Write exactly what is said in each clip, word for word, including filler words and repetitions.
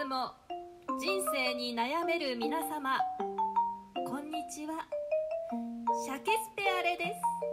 も人生に悩める皆様、こんにちは。シャケスペアレです。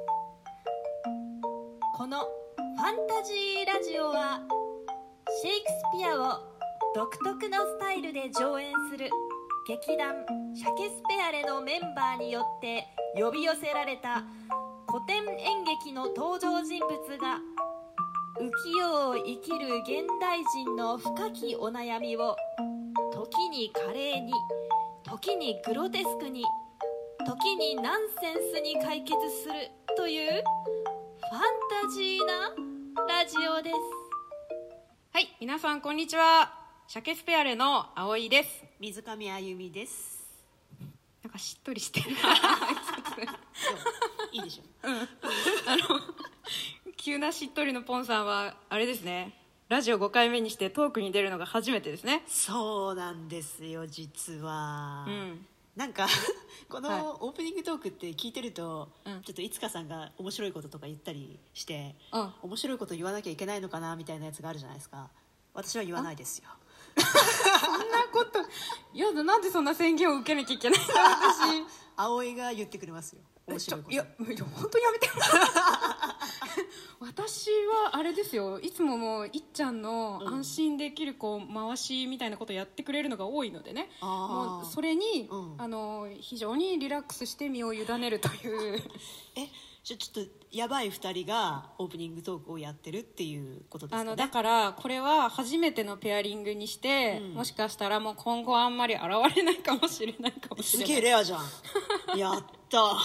このファンタジーラジオはシェイクスピアを独特のスタイルで上演する劇団シャケスペアレのメンバーによって呼び寄せられた古典演劇の登場人物が浮世を生きる現代人の深きお悩みを時に華麗に、時にグロテスクに、時にナンセンスに解決するというファンタジーなラジオです。 はい、皆さんこんにちは。シャケスペアレの葵です。 水上あゆみです。 なんかしっとりしてるいいでしょ、 うん、あの急なしっとりのポンさんはあれですね、ラジオごかいめにしてトークに出るのが初めてですね。 そうなんですよ、実は、うん、なんかこのオープニングトークって聞いてると、はい、ちょっといつかさんが面白いこととか言ったりして、うん、面白いこと言わなきゃいけないのかなみたいなやつがあるじゃないですか。私は言わないですよ。 そんなこといやだ、なんでそんな宣言を受けなきゃいけないんだ私。 葵が言ってくれますよ、面白いこと。 いやいや本当にやめて私はあれですよ、いつももういっちゃんの安心できるこう回しみたいなことをやってくれるのが多いのでね、うん、もうそれに、うん、あの非常にリラックスして身を委ねるというえちょ、ちょっとやばいふたりがオープニングトークをやってるっていうことですかね。 あのだからこれは初めてのペアリングにして、うん、もしかしたらもう今後あんまり現れないかもしれないかもしれない。 すげえレアじゃんやったもう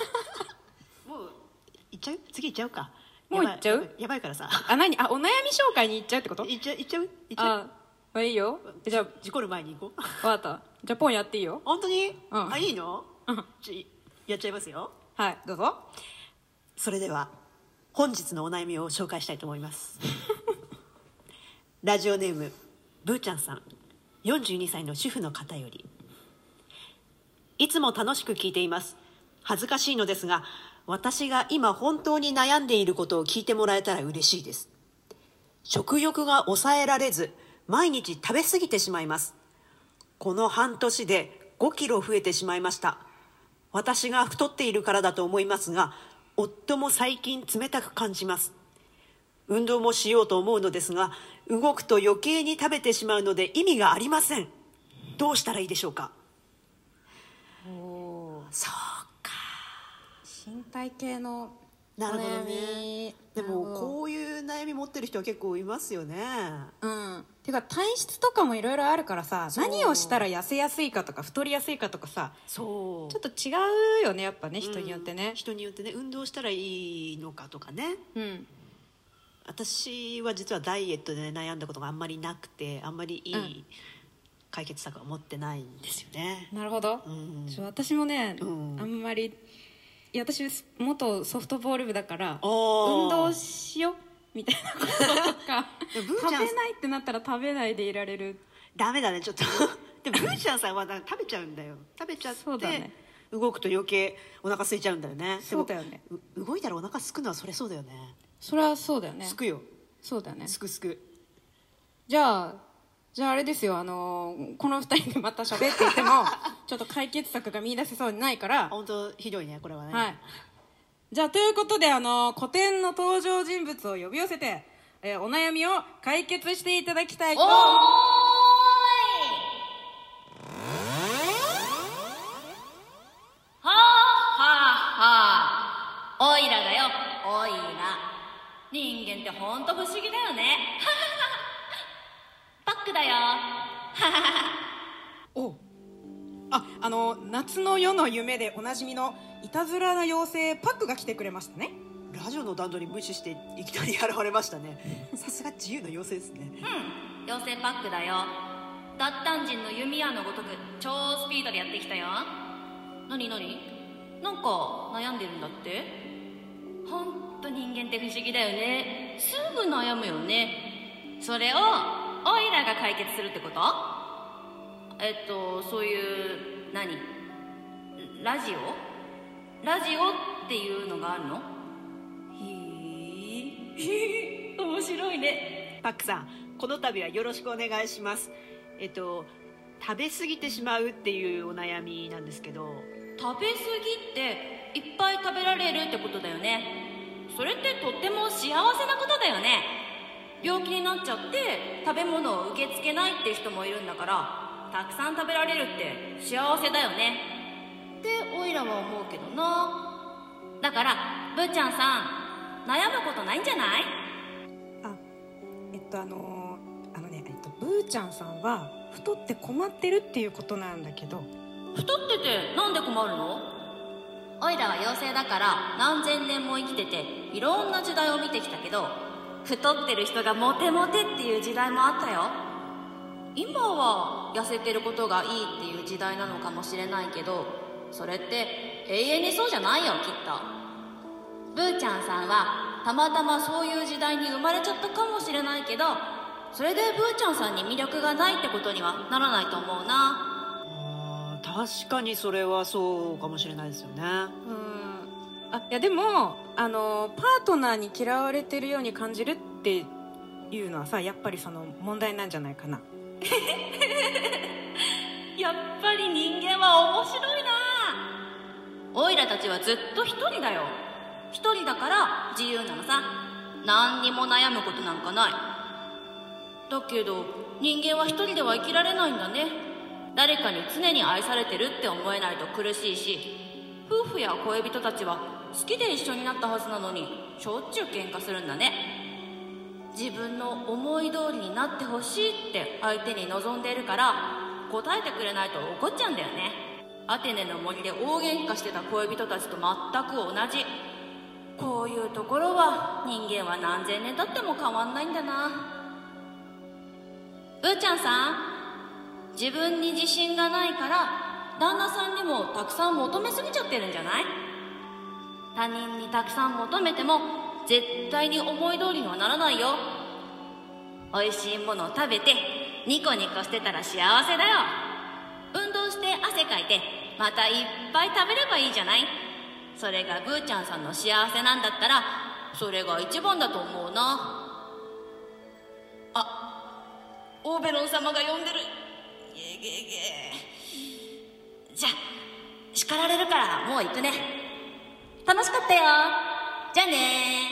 いっちゃう、次いっちゃうか。 もういっちゃう、 やばいからさ。 あ、何、あ、お悩み紹介に行っちゃうってこと？ いっちゃう、いっちゃう、いっちゃう。 あ、いいよ。じゃあ事故る前に行こう。 分かった。じゃあポンやっていいよ。 本当に？うん、あ、いいの？ うん、 ちやっちゃいますよ。 はい、どうぞ。 それでは本日のお悩みを紹介したいと思いますラジオネームブーちゃんさん、よんじゅうにさいの主婦の方より。いつも楽しく聞いています。恥ずかしいのですが、私が今本当に悩んでいることを聞いてもらえたら嬉しいです。食欲が抑えられず毎日食べ過ぎてしまいます。この半年でごキロ増えてしまいました。私が太っているからだと思いますが、夫も最近冷たく感じます。運動もしようと思うのですが、動くと余計に食べてしまうので意味がありません。どうしたらいいでしょうか。 おー、 そうか、 身体系のなるほどね。でもこういう悩み持ってる人は結構いますよね。 うん。てか体質とかもいろいろあるからさ、何をしたら痩せやすいかとか太りやすいかとかさ、そうちょっと違うよね、やっぱね、人によってね、うん、 人によってね、運動したらいいのかとかね。 うん。 私は実はダイエットで、ね、悩んだことがあんまりなくて、あんまりいい解決策は持ってないんですよね。 なるほど、うん、私もね、うん、あんまり、いや私元ソフトボール部だから運動しようみたいなこととか食べないってなったら食べないでいられる。 ダメだね、ちょっとでもブーちゃんさんは食べちゃうんだよ。食べちゃってそうだ、ね、動くと余計お腹空いちゃうんだよね。 そうだよね。 動いたらお腹すくのはそれそうだよね。 それはそうだよね。 すくよ。 そうだよね。 すくすく。 じゃあじゃああれですよ、あのー、この二人でまた喋っていてもちょっと解決策が見出せそうにないから。 本当ひどいねこれはね。 はい。じゃあということで、あのー、古典の登場人物を呼び寄せて、えー、お悩みを解決していただきたいと。おーい、 はあはあはあ、おいらだよ、おいら。人間ってほんと不思議だよねパックだよおあ、あの夏の夜の夢でおなじみのいたずらな妖精パックが来てくれましたね。 ラジオの段取り無視していきなり現れましたねさすが自由な妖精ですね。 うん、妖精パックだよ。脱炭人の弓矢のごとく超スピードでやってきたよ。なになに、なんか悩んでるんだって。ほんと人間って不思議だよね。すぐ悩むよね。それをオイラが解決するってこと？えっとそういう何ラジオラジオっていうのがあるの？へえ面白いね。 パックさん、この度はよろしくお願いします。 えっと食べ過ぎてしまうっていうお悩みなんですけど。 食べ過ぎっていっぱい食べられるってことだよね。それってとっても幸せなことだよね。病気になっちゃって食べ物を受け付けないって人もいるんだから、たくさん食べられるって幸せだよねっておいらは思うけどな。だからブーちゃんさん、悩むことないんじゃない？ あえっとあのあのね、えっと、ブーちゃんさんは太って困ってるっていうことなんだけど。 太っててなんで困るの？おいらは妖精だから何千年も生きてていろんな時代を見てきたけど、太ってる人がモテモテっていう時代もあったよ。今は痩せてることがいいっていう時代なのかもしれないけど、それって永遠にそうじゃないよ、きっと。ブーちゃんさんはたまたまそういう時代に生まれちゃったかもしれないけど、それでブーちゃんさんに魅力がないってことにはならないと思うな。 確かにそれはそうかもしれないですよね。うん。 あ、いやでもあのパートナーに嫌われてるように感じるっていうのはさ、やっぱりその問題なんじゃないかな。 やっぱり人間は面白いな。おいらたちはずっと一人だよ。一人だから自由なのさ。何にも悩むことなんかない。だけど人間は一人では生きられないんだね。誰かに常に愛されてるって思えないと苦しいし、夫婦や恋人たちは好きで一緒になったはずなのにしょっちゅう喧嘩するんだね。自分の思い通りになってほしいって相手に望んでいるから、答えてくれないと怒っちゃうんだよね。アテネの森で大喧嘩してた恋人たちと全く同じ。こういうところは人間は何千年経っても変わんないんだな。ブーちゃんさん、自分に自信がないから旦那さんにもたくさん求めすぎちゃってるんじゃない？他人にたくさん求めても絶対に思い通りにはならないよ。おいしいものを食べてニコニコしてたら幸せだよ。運動して汗かいてまたいっぱい食べればいいじゃない。それがブーちゃんさんの幸せなんだったら、それが一番だと思うな。あ、オーベロン様が呼んでる。ゲゲゲ。じゃあ叱られるからもう行くね。楽しかったよ。じゃあね。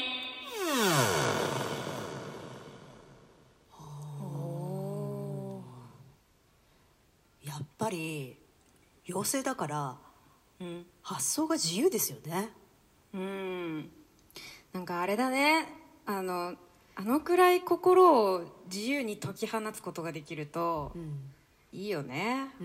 やっぱり妖精だから、 うん、 発想が自由ですよね。 うん、なんかあれだね、あのあのくらい心を自由に解き放つことができると、うん、いいよね。 うん、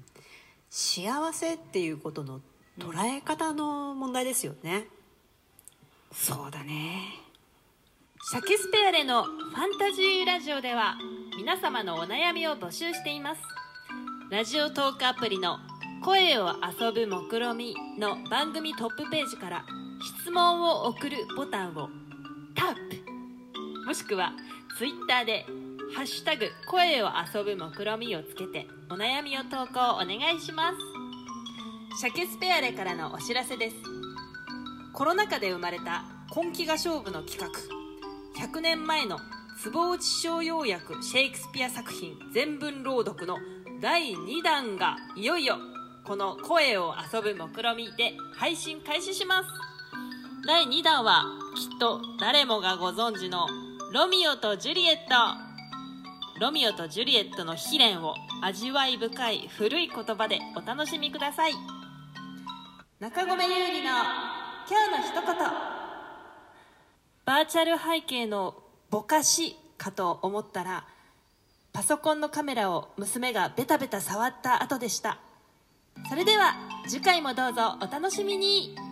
幸せっていうことの捉え方の問題ですよね。 うん、そうだね。 シャケスペアレのファンタジーラジオでは皆様のお悩みを募集しています。ラジオトークアプリの声を遊ぶ目論みの番組トップページから質問を送るボタンをタップ、もしくはツイッターでハッシュタグ声を遊ぶ目論みをつけてお悩みを投稿お願いします。シャケスペアレからのお知らせです。コロナ禍で生まれた今季が勝負の企画、ひゃくねんまえの坪内小要約シェイクスピア作品全文朗読のだいにだんがいよいよこの声を遊ぶ目論みで配信開始します。だいにだんはきっと誰もがご存知のロミオとジュリエット。ロミオとジュリエットの悲恋を味わい深い古い言葉でお楽しみください。中込ゆうりの今日の一言。バーチャル背景のぼかしかと思ったら、パソコンのカメラを娘がベタベタ触った後でした。それでは次回もどうぞお楽しみに。